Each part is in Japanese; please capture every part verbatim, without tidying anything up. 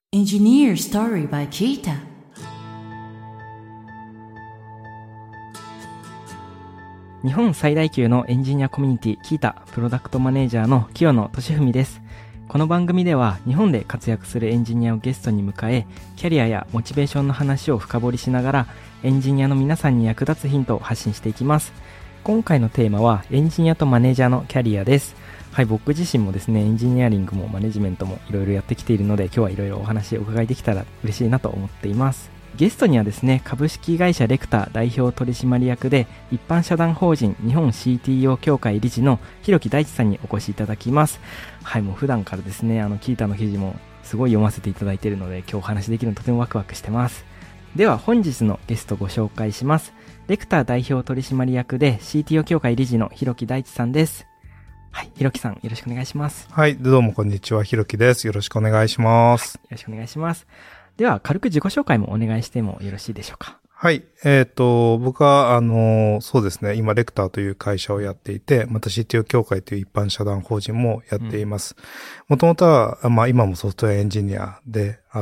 Engineer Story by Kita。 日本最大級のエンジニアコミュニティキータプロダクトマネージャーの清野俊文です。この番組では日本で活躍するエンジニアをゲストに迎え、キャリアやモチベーションの話を深掘りしながらエンジニアの皆さんに役立つヒントを発信していきます。今回のテーマはエンジニアとマネージャーのキャリアです。はい、僕自身もですね、エンジニアリングもマネジメントもいろいろやってきているので、今日はいろいろお話をお伺いできたら嬉しいなと思っています。ゲストにはですね、株式会社レクター代表取締役で一般社団法人日本 シーティーオー 協会理事の広木大地さんにお越しいただきます。はい、もう普段からですね、あのキータの記事もすごい読ませていただいているので、今日お話できるのとてもワクワクしてます。では本日のゲストご紹介します。レクター代表取締役で シーティーオー 協会理事の広木大地さんです。はい、広木さんよろしくお願いします。 はい、どうもこんにちは、広木です。よろしくお願いします。 はい、よろしくお願いします。では軽く自己紹介もお願いしてもよろしいでしょうか。 はい、えっと、僕は、あの、そうですね、今レクターという会社をやっていて、また シーティーオー 協会という一般社団法人もやっています。もともとは、まあ今もソフトウェアエンジニアであって、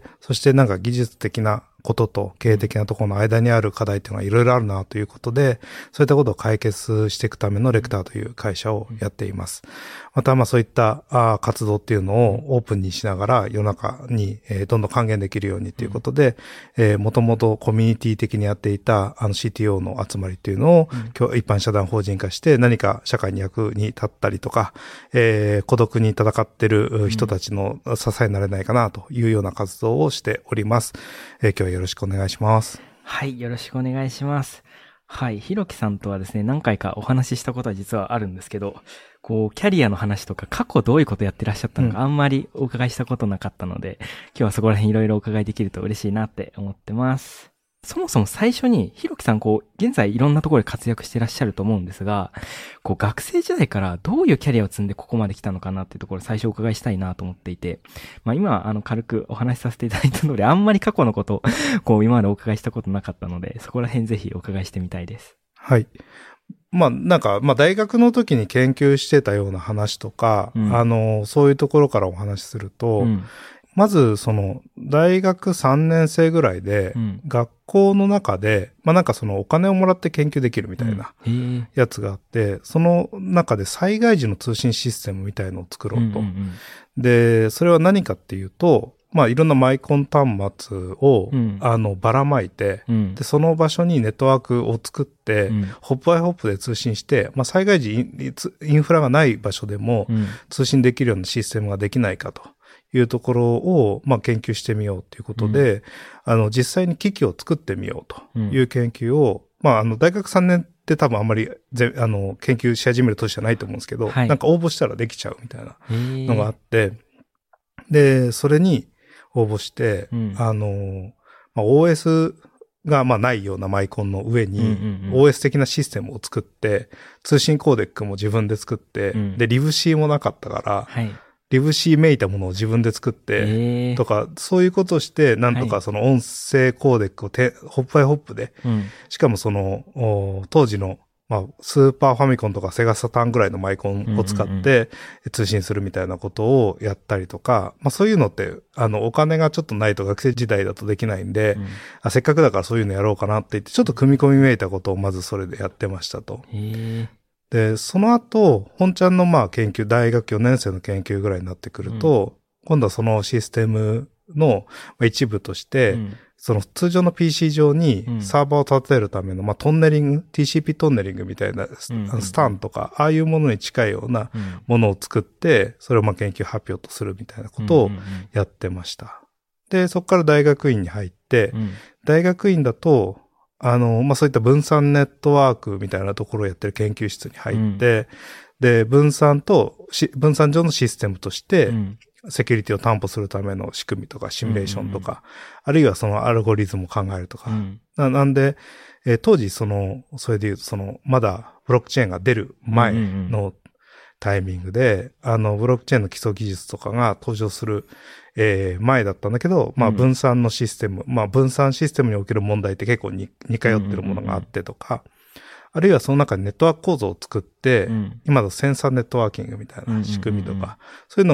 そしてなんか技術的なことと経営的なところの間にある課題っていうのがいろいろあるなということで、そういったことを解決していくためのレクターという会社をやっています。またまあそういったあ活動っていうのをオープンにしながら世の中に、えー、どんどん還元できるようにということで、えー、もともとコミュニティ的にやっていたあの シーティーオー の集まりっていうのを、うん、一般社団法人化して何か社会に役に立ったりとか、えー、孤独に戦っている人たちの支えになれないかなというような活動をしております。えー、今日はよろしくお願いします。 はい、よろしくお願いします。はい、ひろきさんとはですね、何回かお話ししたことは実はあるんですけど、こう、キャリアの話とか過去どういうことやってらっしゃったのかあんまりお伺いしたことなかったので、うん、今日はそこら辺いろいろお伺いできると嬉しいなって思ってます。そもそも最初に、ひろきさんこう、現在いろんなところで活躍してらっしゃると思うんですが、こう、学生時代からどういうキャリアを積んでここまで来たのかなっていうところを最初お伺いしたいなと思っていて、まあ今、あの、軽くお話しさせていただいたので、あんまり過去のことを、こう、今までお伺いしたことなかったので、そこら辺ぜひお伺いしてみたいです。 はい。まあなんか、まあ大学の時に研究してたような話とか、うん、あの、そういうところからお話しすると、うんまず、その、大学さんねん生ぐらいで、学校の中で、まあなんかそのお金をもらって研究できるみたいなやつがあって、その中で災害時の通信システムみたいのを作ろうと。で、それは何かっていうと、まあいろんなマイコン端末を、うん、あの、ばらまいて、うん、で、その場所にネットワークを作って、うん、ホップバイホップで通信して、まあ災害時インフラがない場所でも通信できるようなシステムができないかと。いうところを、まあ、研究してみようということで、うん、あの、実際に機器を作ってみようという研究を、うん、まあ、あの、大学さんねんって多分あんまりぜ、あの、研究し始める年じゃないと思うんですけど、はい、なんか応募したらできちゃうみたいなのがあって、で、それに応募して、うん、あの、まあ、オーエス がまあないようなマイコンの上に オーエス 的なシステムを作って、通信コーデックも自分で作って、うん、で、リブ C もなかったから、はいリブ C めいたものを自分で作って、とか、そういうことをして、なんとかその音声コーデックをて、ホップバイホップで、うん、しかもその、当時の、まあ、スーパーファミコンとかセガサターンぐらいのマイコンを使って通信するみたいなことをやったりとか、まあそういうのって、あの、お金がちょっとないと学生時代だとできないんで、うん、あせっかくだからそういうのやろうかなって言って、ちょっと組み込みめいたことをまずそれでやってましたと。へで、その後、本ちゃんのまあ研究、大学よねん生の研究ぐらいになってくると、うん、今度はそのシステムの一部として、うん、その通常の ピーシー 上にサーバーを立てるための、まあトンネリング、ティーシーピー トンネリングみたいな、うん、スタンとか、ああいうものに近いようなものを作って、それをまあ研究発表とするみたいなことをやってました。で、そこから大学院に入って、うん、大学院だと、あの、まあ、そういった分散ネットワークみたいなところをやってる研究室に入って、うん、で、分散と、分散上のシステムとして、うん、セキュリティを担保するための仕組みとか、シミュレーションとか、うんうんうん、あるいはそのアルゴリズムを考えるとか。うん、な, なんで、えー、当時その、それで言うと、その、まだブロックチェーンが出る前のタイミングで、うんうんうん、あの、ブロックチェーンの基礎技術とかが登場する、えー、前だったんだけど、まあ分散のシステム、うん、まあ分散システムにおける問題って結構に似通ってるものがあってとか、うんうんうん、あるいはその中にネットワーク構造を作って、うん、今のセンサーネットワーキングみたいな仕組みとか、うんうんうん、そういうのが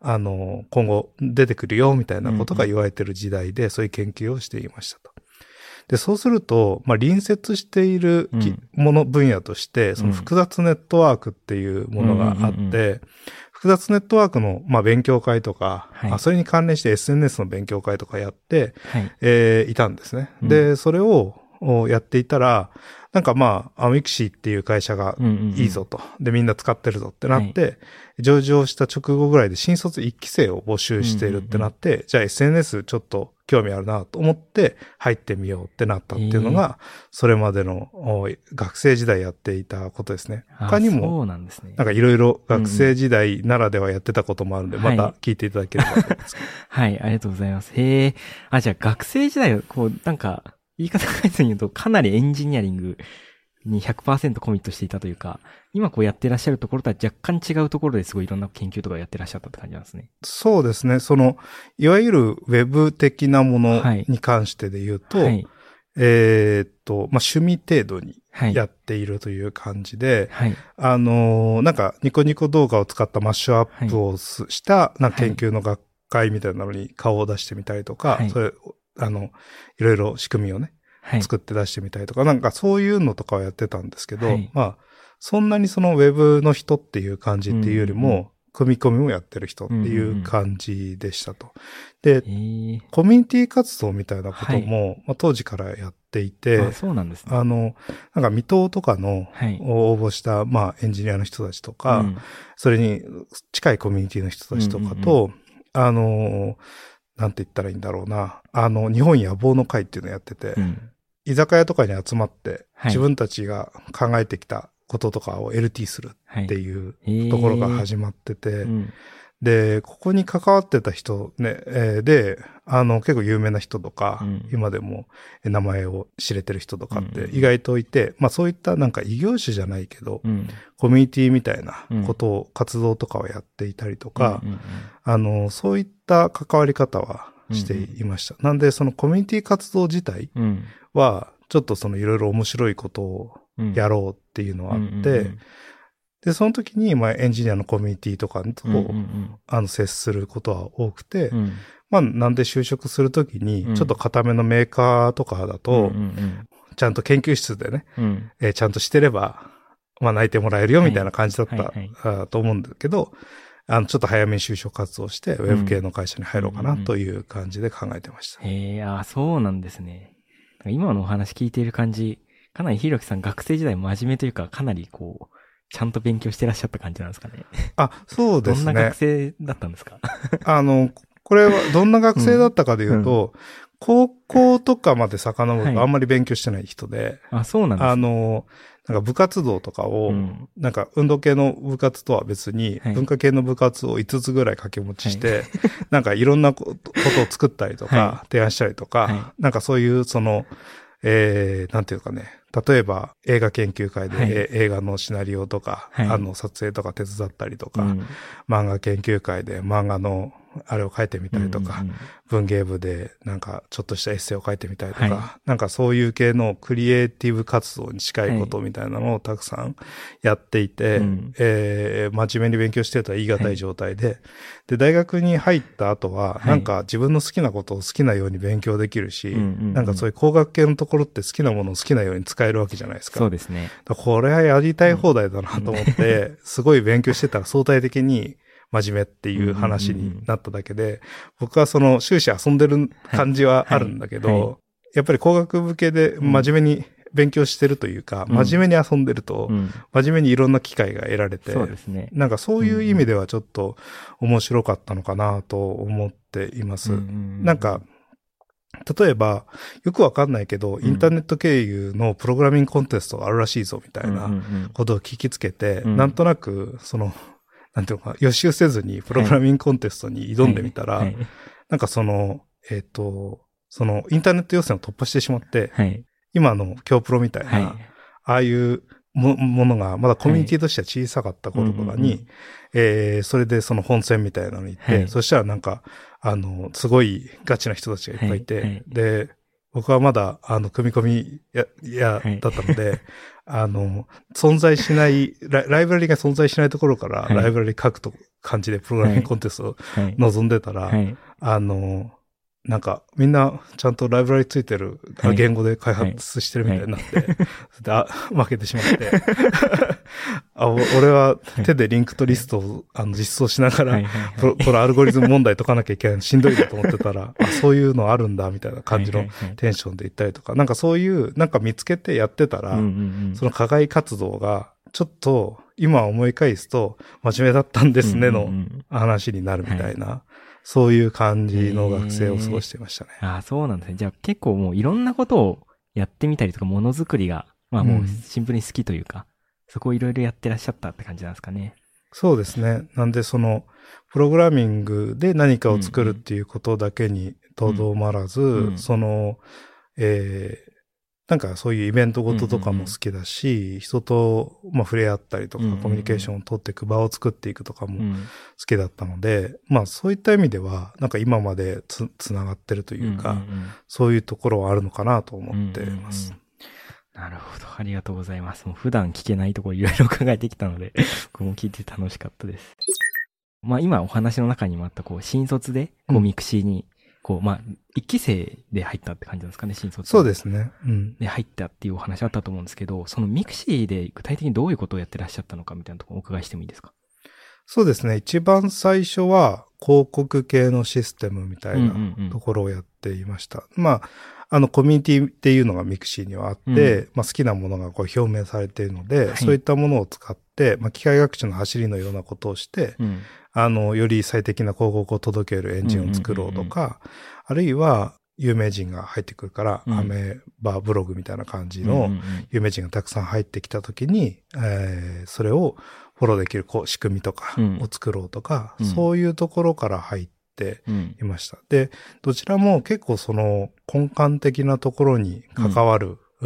あの、今後出てくるよみたいなことが言われてる時代で、そういう研究をしていましたと。で、そうすると、まあ、隣接しているもの、分野として、その複雑ネットワークっていうものがあって、複雑ネットワークの、まあ、勉強会とか、はい、それに関連して エスエヌエス の勉強会とかやって、はい、えー、いたんですね。うん、で、それをやっていたら、なんかまあ、アミクシーっていう会社がいいぞと、うんうんうん。で、みんな使ってるぞってなって、はい、上場した直後ぐらいで新卒いっき生を募集しているってなって、うんうんうん、じゃあ エスエヌエス ちょっと興味あるなと思って入ってみようってなったっていうのが、それまでの学生時代やっていたことですね。他にも、そうなんですね。なんかいろいろ学生時代ならではやってたこともあるんで、うんうん、また聞いていただければと思います。 はい、ありがとうございます。へえ。あ、じゃあ学生時代、こう、なんか、言い方変えずに言うと、かなりエンジニアリングに ひゃくパーセント コミットしていたというか、今こうやってらっしゃるところとは若干違うところですごいいろんな研究とかやってらっしゃったって感じなんですね。 そうですね。その、いわゆるウェブ的なものに関してで言うと、はい、えー、っと、まあ、趣味程度にやっているという感じで、はい、あのー、なんかニコニコ動画を使ったマッシュアップをした、なんか研究の学会みたいなのに顔を出してみたりとか、はい、それ、あの、いろいろ仕組みをね、はい、作って出してみたりとか、なんかそういうのとかはやってたんですけど、はい、まあ、そんなにそのウェブの人っていう感じっていうよりも、うんうん、組み込みをやってる人っていう感じでしたと。で、コミュニティ活動みたいなことも、はい、まあ、当時からやっていて、 あ、そうなんですね。 あの、なんか未踏とかの応募した、まあエンジニアの人たちとか、うん、それに近いコミュニティの人たちとかと、うんうんうん、あの、なんて言ったらいいんだろうな。あの、日本野望の会っていうのをやってて、うん、居酒屋とかに集まって、はい、自分たちが考えてきたこととかを エルティー するっていうところが始まってて、はいうん、で、ここに関わってた人ね、えー、で、あの、結構有名な人とか、うん、今でも名前を知れてる人とかって意外といて、うん、まあそういったなんか異業種じゃないけど、うん、コミュニティみたいなことを、活動とかをやっていたりとか、うんうんうん、あの、そういった関わり方はしていました。うんうん、なんでそのコミュニティ活動自体は、ちょっとそのいろいろ面白いことをやろうっていうのはあって、うんうんうん、で、その時に、まあ、エンジニアのコミュニティとかと、うんうんうん、あの、接することは多くて、うん、まあ、なんで就職するときに、ちょっと固めのメーカーとかだと、うんうんうん、ちゃんと研究室でね、うんえー、ちゃんとしてれば、まあ、泣いてもらえるよみたいな感じだった、はいはいはい、と思うんだけど、あの、ちょっと早めに就職活動して、ウェブ系の会社に入ろうかなという感じで考えてました。 うんうんうん、へえ、あ、そうなんですね。今のお話聞いている感じ、かなりひろきさん学生時代真面目というか、かなりこう、ちゃんと勉強してらっしゃった感じなんですかね。 あ、そうですね。 どんな学生だったんですか？ あの、これはどんな学生だったかで言うと、うん、高校とかまで遡るとあんまり勉強してない人で、 はい、あ、そうなんですね。 あの、なんか部活動とかを、うん、なんか運動系の部活とは別に、文化系の部活をいつつぐらい掛け持ちして、はい、なんかいろんなことを作ったりとか、はい、提案したりとか、はい、なんかそういうその、えー、なんていうかね、例えば映画研究会で、はい、映画のシナリオとか、はい、あの撮影とか手伝ったりとか、うん、漫画研究会で漫画のあれを書いてみたりとか、うんうんうん、文芸部でなんかちょっとしたエッセイを書いてみたりとか、はい、なんかそういう系のクリエイティブ活動に近いことみたいなのをたくさんやっていて、はいえー、真面目に勉強してたら言い難い状態で、はい、で、大学に入った後は、なんか自分の好きなことを好きなように勉強できるし、はい、なんかそういう工学系のところって好きなものを好きなように使えるわけじゃないですか。 そうですね。 これはやりたい放題だなと思って、うん、すごい勉強してたら相対的に真面目っていう話になっただけで、うんうんうん、僕はその終始遊んでる感じはあるんだけど、はいはいはい、やっぱり工学部系で真面目に勉強してるというか、うん、真面目に遊んでると、うん、真面目にいろんな機会が得られて、 そうですね、 なんかそういう意味ではちょっと面白かったのかなと思っています。うんうんうん、なんか、例えば、よくわかんないけど、インターネット経由のプログラミングコンテストがあるらしいぞみたいなことを聞きつけて、うんうんうん、なんとなく、その、なんていうのか、予習せずにプログラミングコンテストに挑んでみたら、はいはいはい、なんかその、えっ、ー、と、そのインターネット予選を突破してしまって、はい、今の京プロみたいな、はい、ああいうも, ものがまだコミュニティとしては小さかった頃とかに、はいうんうんうん、えー、それでその本戦みたいなのに行って、はい、そしたらなんか、あの、すごいガチな人たちがいっぱいいて、はいはい、で、 僕はまだ、あの、組み込みや、や、 はいだったので、あの、存在しないライ、ライブラリが存在しないところから、 はいライブラリ書くと感じでプログラミングコンテストをはい。 望んでたら、 はい。 あの、なんか、みんな、ちゃんとライブラリついてる、 はい言語で開発してるみたいになって、であ負けてしまって、あお俺は手でリンクとリストをあの実装しながら、 はいはいはいこのこのアルゴリズム問題解かなきゃいけないのしんどいなと思ってたら、あ、そういうのあるんだ、みたいな感じのはいはいはいテンションで言ったりとか、なんかそういう、なんか見つけてやってたら、 うんうんうんその課外活動が、ちょっと、今思い返すと、真面目だったんですねのうんうんうん話になるみたいな、そういう感じの学生を過ごしていましたね。 ああ、そうなんですね。じゃあ結構もういろんなことをやってみたりとか、ものづくりが、まあもうシンプルに好きというか、そこをいろいろやってらっしゃったって感じなんですかね。 そうですね。なんでその、プログラミングで何かを作るっていうことだけにとどまらず、 うんうんその、えー、なんかそういうイベントごととかも好きだし、人と、まあ、触れ合ったりとか、 うんうんうんコミュニケーションを取っていく場を作っていくとかもうん。 好きだったので、まあそういった意味では、なんか今までつ、つながってるというか、 んんんそういうところはあるのかなと思っています。 うんうんうんなるほど。ありがとうございます。もう普段聞けないところいろいろ考えてきたので、僕も聞いて楽しかったです。まあ今お話の中にもあったこう新卒でこうミクシーにこうまあ一期生で入ったって感じなんですかね、新卒。 そうですね。うん。 で入ったっていうお話あったと思うんですけど、そのミクシーで具体的にどういうことをやってらっしゃったのかみたいなところをお伺いしてもいいですか？ そうですね。一番最初は広告系のシステムみたいなところをやっていました。うんうんうん、まあ、あのコミュニティっていうのがミクシーにはあって、うん、まあ好きなものがこう表明されているので、はい、そういったものを使って、まあ機械学習の走りのようなことをして、うん、あの、より最適な広告を届けるエンジンを作ろうとか、うんうんうんうん、あるいは有名人が入ってくるから、うん、アメーバーブログみたいな感じの有名人がたくさん入ってきたときに、えー、それをフォローできるこう仕組みとかを作ろうとか、うん、そういうところから入っていました。うん、で、どちらも結構その根幹的なところに関わる、うん、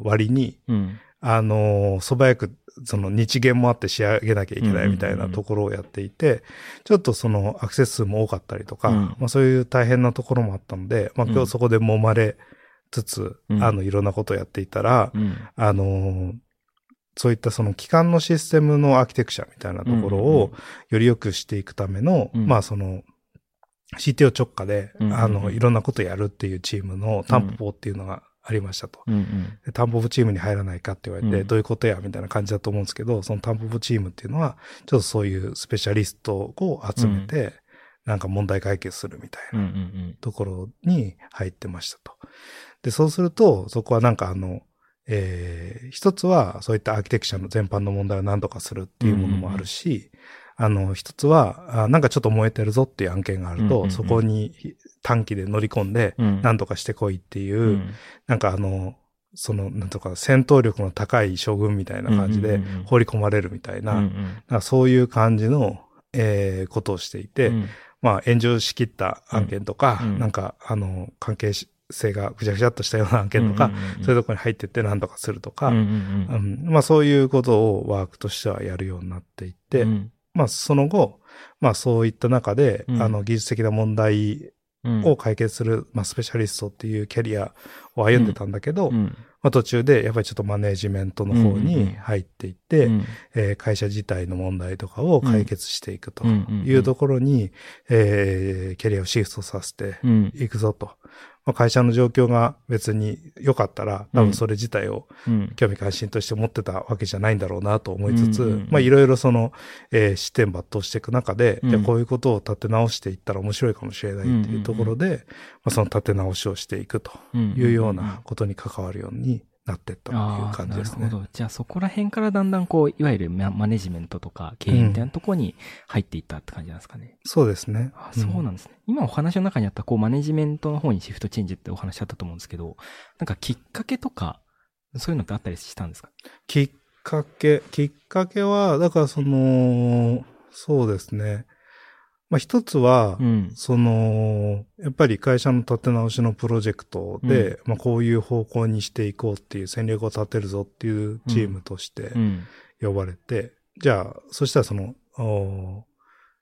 割に、うん、あの、素早くその日限もあって仕上げなきゃいけないみたいなところをやっていて、ちょっとそのアクセス数も多かったりとか、うん、まあそういう大変なところもあったので、まあ今日そこで揉まれつつ、うん、あのいろんなことをやっていたら、うん、あの、そういったその基幹のシステムのアーキテクチャみたいなところをより良くしていくための、うんうん、まあその シーティーオー 直下で、うんうんうん、あのいろんなことをやるっていうチームのタンポポっていうのがありましたと。うんうん、でタンポポチームに入らないかって言われて、うん、どういうことやみたいな感じだと思うんですけど、そのタンポポチームっていうのはちょっとそういうスペシャリストを集めて、うん、なんか問題解決するみたいなところに入ってましたと。で、そうすると、そこはなんかあの、えー、一つはそういったアーキテクチャの全般の問題を何とかするっていうものもあるし、うんうんうん、あの、一つは、なんかちょっと燃えてるぞっていう案件があると、うんうんうん、そこに短期で乗り込んで何とかしてこいっていう、うん、なんかあの、その、なんとか戦闘力の高い将軍みたいな感じで放り込まれるみたいな、うんうんうん、なんかそういう感じの、えー、ことをしていて、うん、まあ炎上しきった案件とか、うん、なんかあの、関係し、性がぐちゃぐちゃっとしたような案件とか、うんうんうん、そういうところに入ってって何とかするとか、うんうんうんうん、まあそういうことをワークとしてはやるようになっていって、うん、まあその後、まあそういった中で、うん、あの技術的な問題を解決する、まあスペシャリストっていうキャリアを歩んでたんだけど、うんうん、まあ途中でやっぱりちょっとマネージメントの方に入っていって、うんうんえー、会社自体の問題とかを解決していくというところに、えー、キャリアをシフトさせていくぞと。まあ、会社の状況が別に良かったら、多分それ自体を興味関心として持ってたわけじゃないんだろうなと思いつつ、うんうんうん、まあいろいろその、えー、視点抜刀していく中で、うん、じゃあこういうことを立て直していったら面白いかもしれないっていうところで、うんうんうんまあ、その立て直しをしていくというようなことに関わるようになっていったっていう感じですね。 なるほど。じゃあそこら辺からだんだんこう、いわゆるマネジメントとか経営みたいなところに入っていったって感じなんですかね。 うん、そうですね。 あ、そうなんですね。うん、今お話の中にあったこう、マネジメントの方にシフトチェンジってお話あったと思うんですけど、なんかきっかけとか、そういうのってあったりしたんですか？ きっかけ、きっかけは、だからその、そうですね。まあ一つは、うん、その、やっぱり会社の立て直しのプロジェクトで、うん、まあこういう方向にしていこうっていう戦略を立てるぞっていうチームとして呼ばれて、うん、じゃあ、そしたらその、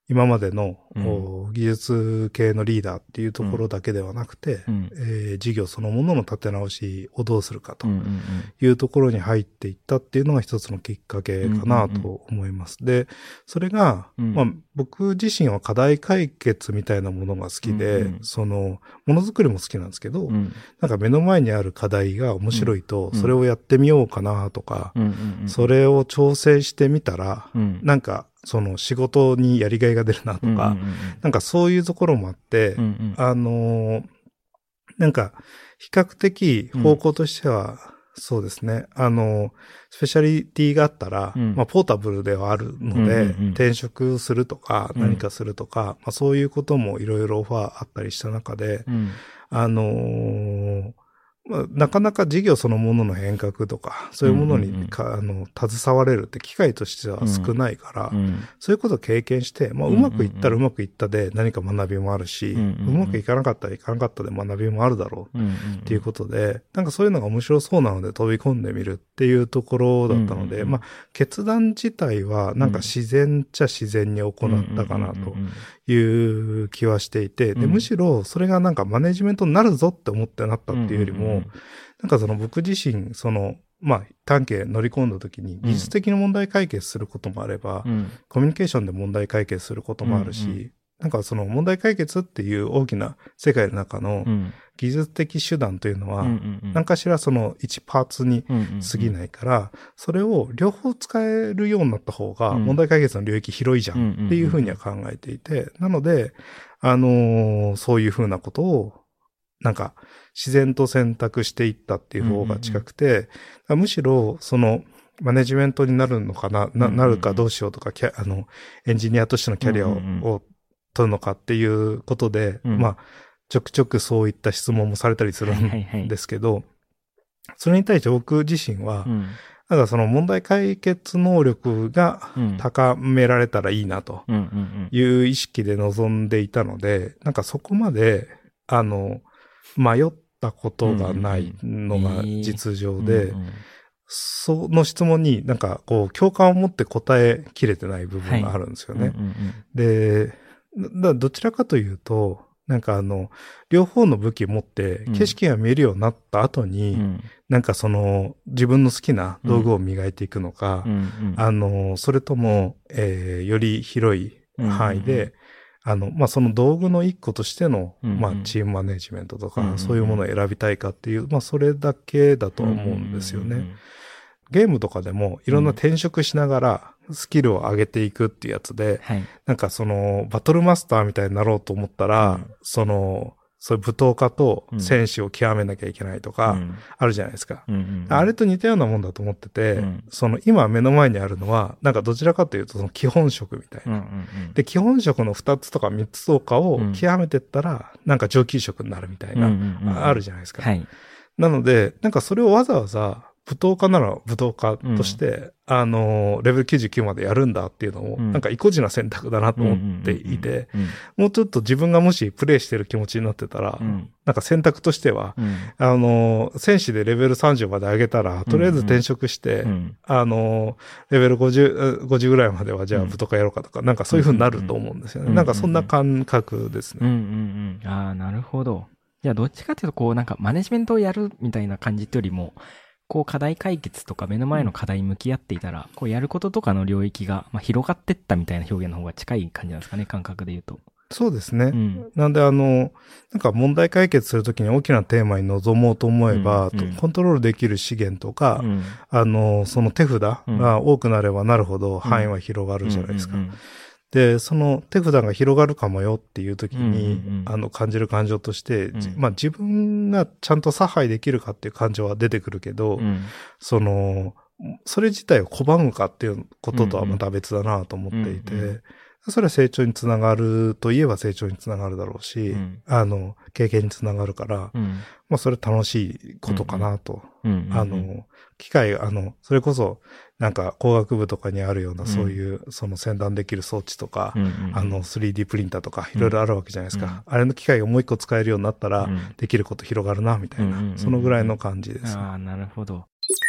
今までの、 うん、 技術系のリーダーっていうところだけではなくて、 うんえー、事業そのものの立て直しをどうするかとうんうんうん、 いうところに入っていったっていうのが一つのきっかけかなと思います。で、それが、 うんまあ、僕自身は課題解決みたいなものが好きで、 うんうん、 その、ものづくりも好きなんですけど、 うん、 なんか目の前にある課題が面白いと、それをやってみようかなとか、 うんうんうん、 それを調整してみたら、 うん、 なんか、その仕事にやりがいが出るなとか、 うんうんうん、 なんかそういうところもあって、 うんうん、 あのー、なんか、比較的方向としては、うん、そうですね、あのー、スペシャリティがあったら、うん、まあ、ポータブルではあるので、うんうんうん、転職するとか、何かするとか、うん、まあ、そういうこともいろいろオファーあったりした中で、うん、あのー、まあ、なかなか事業そのものの変革とか、そういうものにか、うんうんうん、あの、携われるって機会としては少ないから、うん、そういうことを経験して、まあ、うまくいったらうまくいったで何か学びもあるし、うんうんうん、うまくいかなかったらいかなかったで学びもあるだろうっていうことで、うんうんうん、なんかそういうのが面白そうなので飛び込んでみるっていうところだったので、うんうんうん、まあ、決断自体はなんか自然っちゃ自然に行ったかなという気はしていて、で、むしろそれがなんかマネジメントになるぞって思ってなったっていうよりも、うんうんうん、なんかその僕自身、その、まあ、単系乗り込んだ時に技術的な問題解決することもあれば、うん、コミュニケーションで問題解決することもあるし、うんうん、なんかその問題解決っていう大きな世界の中の技術的手段というのは、何かしらその一パーツに過ぎないから、それを両方使えるようになった方が問題解決の領域広いじゃんっていうふうには考えていて、なので、あのー、そういうふうなことをなんか自然と選択していったっていう方が近くて、うんうんうん、むしろそのマネジメントになるのかな、な、なるかどうしようとか、キャあの、エンジニアとしてのキャリアを、うんうん、を取るのかっていうことで、うん、まあ、ちょくちょくそういった質問もされたりするんですけど、はいはいはい、それに対して僕自身は、うん、なんかその問題解決能力が高められたらいいなという意識で臨んでいたので、なんかそこまで、あの、迷ったことがないのが実情で、うんうんえー、その質問になんかこう共感を持って答えきれてない部分があるんですよね。はいうんうんうん、で、だどちらかというと、なんかあの、両方の武器を持って景色が見えるようになった後に、うん、なんかその自分の好きな道具を磨いていくのか、うんうんうん、あの、それとも、えー、より広い範囲で、うんうんうんあの、まあ、その道具の一個としての、うんうん、まあ、チームマネジメントとか、うんうん、そういうものを選びたいかっていう、まあ、それだけだとは思うんですよね。うんうんうん、ゲームとかでもいろんな転職しながらスキルを上げていくっていうやつで、うん、なんかその、バトルマスターみたいになろうと思ったら、うん、その、そういう舞踏家と戦士を極めなきゃいけないとか、あるじゃないですか、うんうんうん。あれと似たようなもんだと思ってて、うん、その今目の前にあるのは、なんかどちらかというとその基本職みたいな。うんうんうん、で、基本職の二つとか三つとかを極めてったら、なんか上級職になるみたいな、うんうんうん、あるじゃないですか、はい。なので、なんかそれをわざわざ、舞踏家なら舞踏家として、うん、あの、レベルきゅうじゅうきゅうまでやるんだっていうのを、うん、なんか意固地な選択だなと思っていて、もうちょっと自分がもしプレイしてる気持ちになってたら、うん、なんか選択としては、うん、あの、戦士でレベルさんじゅうまで上げたら、とりあえず転職して、うんうん、あの、レベルごじゅう、ごじゅうぐらいまではじゃあ舞踏家やろうかとか、なんかそういう風になると思うんですよね。なんかそんな感覚ですね。 うんうんうん、ああ、なるほど。じゃあどっちかっていうと、こうなんかマネジメントをやるみたいな感じってよりも、こう課題解決とか目の前の課題に向き合っていたら、こうやることとかの領域が、まあ、広がってったみたいな表現の方が近い感じなんですかね、感覚で言うと。 そうですね。うん、なんであの、なんか問題解決するときに大きなテーマに臨もうと思えば、うんうん、コントロールできる資源とか、うん、あの、その手札が多くなればなるほど範囲は広がるじゃないですか。うんうんうんうんで、その手札が広がるかもよっていう時に、うんうんうん、あの感じる感情として、うん、まあ自分がちゃんと差配できるかっていう感情は出てくるけど、うん、その、それ自体を拒むかっていうこととはまた別だなと思っていて、うんうん、それは成長につながるといえば成長につながるだろうし、うん、あの、経験につながるから、うん、まあそれ楽しいことかなと。うんうん、あの、機械、あの、それこそ、なんか工学部とかにあるようなそういう、うん、その先端できる装置とか、うんうんうん、あの スリーディー プリンターとかいろいろあるわけじゃないですか、うん、あれの機械がもう一個使えるようになったら、うん、できること広がるなみたいな、うんうんうん、そのぐらいの感じです、ね、 ああ、なるほど。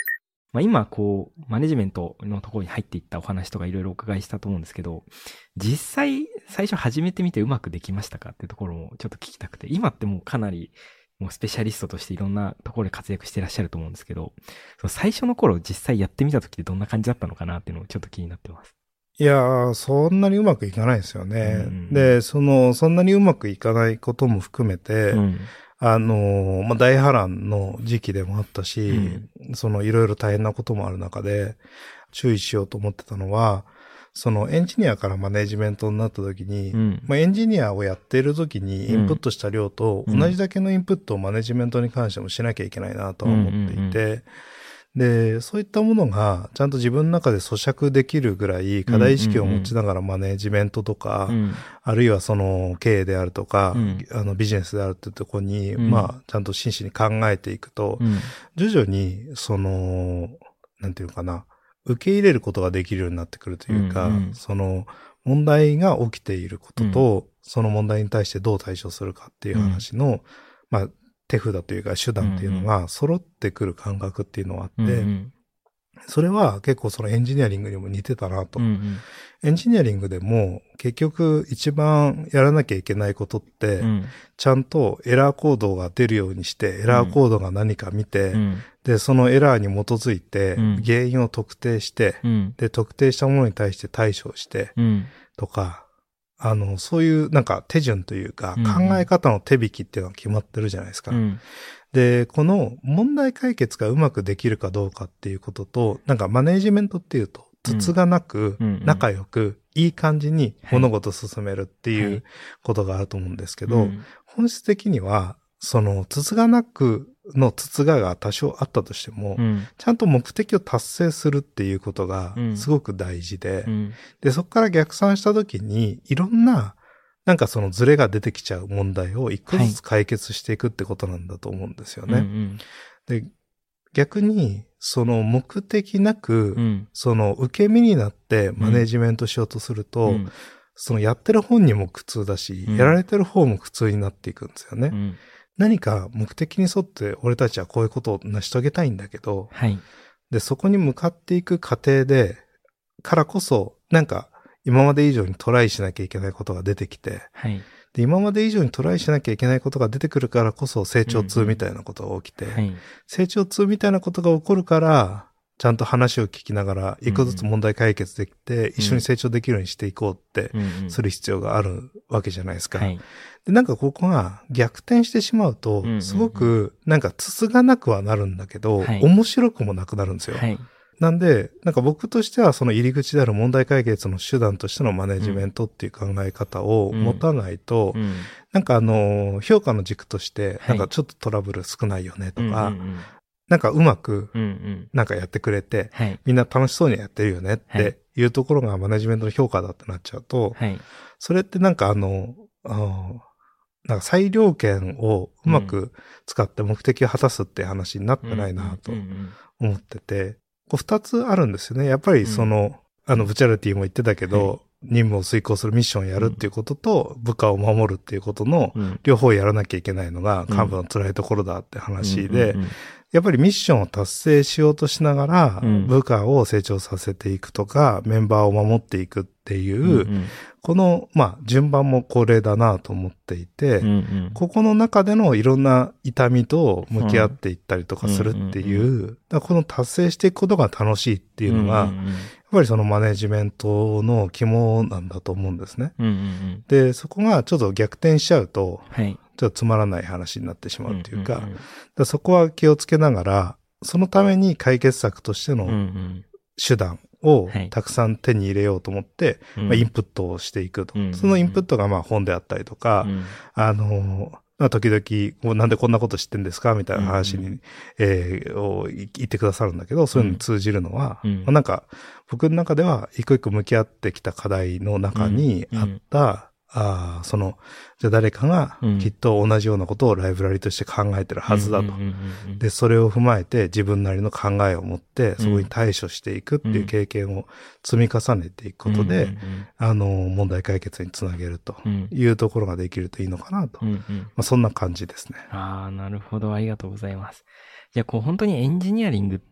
まあ今こう、マネジメントのところに入っていったお話とかいろいろお伺いしたと思うんですけど、実際最初始めてみてうまくできましたかっていうところもちょっと聞きたくて、今ってもうかなりもうスペシャリストとしていろんなところで活躍していらっしゃると思うんですけど、その最初の頃実際やってみた時ってどんな感じだったのかなっていうのをちょっと気になってます。 いやー、そんなにうまくいかないですよね。うん、で、その、そんなにうまくいかないことも含めて、うん、あの、まあ、大波乱の時期でもあったし、うん、そのいろいろ大変なこともある中で、注意しようと思ってたのは、そのエンジニアからマネジメントになった時に、うん、まあ、エンジニアをやっている時にインプットした量と同じだけのインプットをマネジメントに関してもしなきゃいけないなとは思っていて、うんうんうん、で、そういったものがちゃんと自分の中で咀嚼できるぐらい課題意識を持ちながらマネジメントとか、うんうんうん、あるいはその経営であるとか、うん、あのビジネスであるっていうところに、うん、まあちゃんと真摯に考えていくと、うん、徐々にその、なんていうかな、受け入れることができるようになってくるというか、うんうん、その問題が起きていることと、うん、その問題に対してどう対処するかっていう話の、うん、まあ手札というか手段っていうのが揃ってくる感覚っていうのがあって、うんうん、それは結構そのエンジニアリングにも似てたなと、うんうん。エンジニアリングでも結局一番やらなきゃいけないことって、うん、ちゃんとエラーコードが出るようにして、エラーコードが何か見て、うん、で、そのエラーに基づいて原因を特定して、うん、で、特定したものに対して対処して、うん、とか、あの、そういうなんか手順というか、考え方の手引きっていうのが決まってるじゃないですか。うん、で、この問題解決がうまくできるかどうかっていうことと、なんかマネージメントっていうと、つつがなく、仲良く、いい感じに物事を進めるっていうことがあると思うんですけど、はいはい、本質的には、その、つつがなくのつつがが多少あったとしても、うん、ちゃんと目的を達成するっていうことがすごく大事で、うん、で、そこから逆算したときに、いろんな、なんかそのズレが出てきちゃう問題を一個ずつ解決していくってことなんだと思うんですよね。はい、うんうん、で、逆に、その目的なく、うん、その受け身になってマネジメントしようとすると、うん、そのやってる本人も苦痛だし、うん、やられてる方も苦痛になっていくんですよね。うん、何か目的に沿って俺たちはこういうことを成し遂げたいんだけど、はい、で、そこに向かっていく過程で、からこそ、なんか今まで以上にトライしなきゃいけないことが出てきて、はい、で今まで以上にトライしなきゃいけないことが出てくるからこそ成長痛みたいなことが起きて、うんうんはい、成長痛みたいなことが起こるから、ちゃんと話を聞きながら、一個ずつ問題解決できて、うん、一緒に成長できるようにしていこうってする必要があるわけじゃないですか。はい、でなんかここが逆転してしまうと、すごくなんかつつがなくはなるんだけど、はい、面白くもなくなるんですよ。はい、なんで、なんか僕としてはその入り口である問題解決の手段としてのマネジメントっていう考え方を持たないと、うんうん、なんかあの、評価の軸として、なんかちょっとトラブル少ないよねとか、はい、なんかうまく、なんかやってくれて、うんうん、みんな楽しそうにやってるよねっていうところがマネジメントの評価だってなっちゃうと、はい、それってなんかあの、あなんか裁量権をうまく使って目的を果たすって話になってないなと思ってて、こう二つあるんですよね。やっぱりその、うん、あの、ブチャリティも言ってたけど、はい、任務を遂行するミッションをやるっていうことと、うん、部下を守るっていうことの、両方やらなきゃいけないのが幹部の辛いところだって話で、やっぱりミッションを達成しようとしながら、部下を成長させていくとか、メンバーを守っていくっていう、うんうん、この、まあ、順番もこれだなと思っていて、うんうん、ここの中でのいろんな痛みと向き合っていったりとかするっていう、うんうんうん、だこの達成していくことが楽しいっていうのが、うんうんうん、やっぱりそのマネジメントの肝なんだと思うんですね。うんうんうん、で、そこがちょっと逆転しちゃうと、はい、ちょっとつまらない話になってしまうっていうか、うんうんうん、だそこは気をつけながら、そのために解決策としての手段をたくさん手に入れようと思って、はいまあ、インプットをしていくと。うん、そのインプットがまあ本であったりとか、うん、あの、まあ、時々、なんでこんなこと知ってんですかみたいな話に、うんえー、を言ってくださるんだけど、そういうのに通じるのは、うんまあ、なんか、僕の中では一個一個向き合ってきた課題の中にあった、うんうんああ、その、じゃあ誰かがきっと同じようなことをライブラリとして考えてるはずだと。で、それを踏まえて自分なりの考えを持って、そこに対処していくっていう経験を積み重ねていくことで、あの、問題解決につなげるというところができるといいのかなと。まあ、そんな感じですね。 ああ、なるほど。ありがとうございます。じゃあ、こう、本当にエンジニアリングっ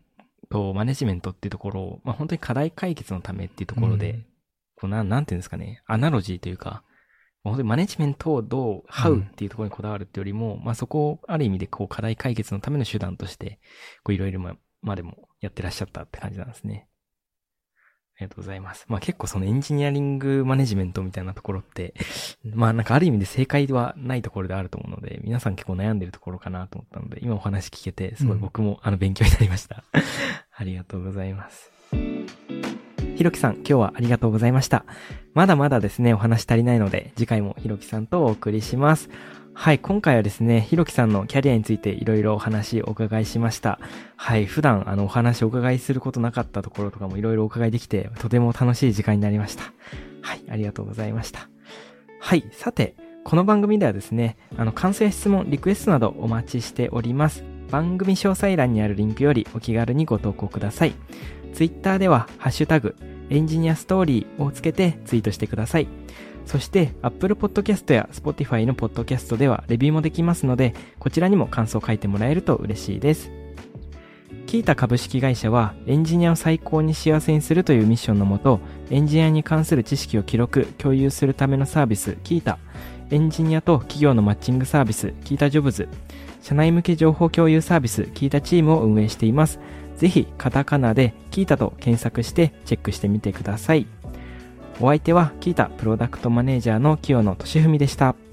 とマネジメントっていうところを、まあ本当に課題解決のためっていうところで、うん、こうなん、なんていうんですかね、アナロジーというか、本当にマネジメントをどう、ハウっていうところにこだわるっていうよりも、うん、まあそこをある意味でこう課題解決のための手段として、こういろいろまでもやってらっしゃったって感じなんですね。ありがとうございます。まあ結構そのエンジニアリングマネジメントみたいなところって、まあなんかある意味で正解ではないところであると思うので、皆さん結構悩んでるところかなと思ったので、今お話聞けて、すごい僕もあの勉強になりました。うん、ありがとうございます。ひろきさん、今日はありがとうございました。まだまだですね、お話足りないので、次回もひろきさんとお送りします。はい、今回はですね、ひろきさんのキャリアについていろいろお話お伺いしました。はい、普段あのお話お伺いすることなかったところとかもいろいろお伺いできて、とても楽しい時間になりました。はい、ありがとうございました。はい、さて、この番組ではですね、あの感想や質問、リクエストなどお待ちしております。番組詳細欄にあるリンクよりお気軽にご投稿ください。ツイッターではハッシュタグエンジニアストーリーをつけてツイートしてください。そして Apple Podcast や Spotify の Podcast ではレビューもできますので、こちらにも感想を書いてもらえると嬉しいです。キータ株式会社はエンジニアを最高に幸せにするというミッションのもと、エンジニアに関する知識を記録、共有するためのサービスキータ、エンジニアと企業のマッチングサービスキータジョブズ、社内向け情報共有サービスキータチームを運営しています。ぜひカタカナでキータと検索してチェックしてみてください。お相手はキータプロダクトマネージャーの清野俊文でした。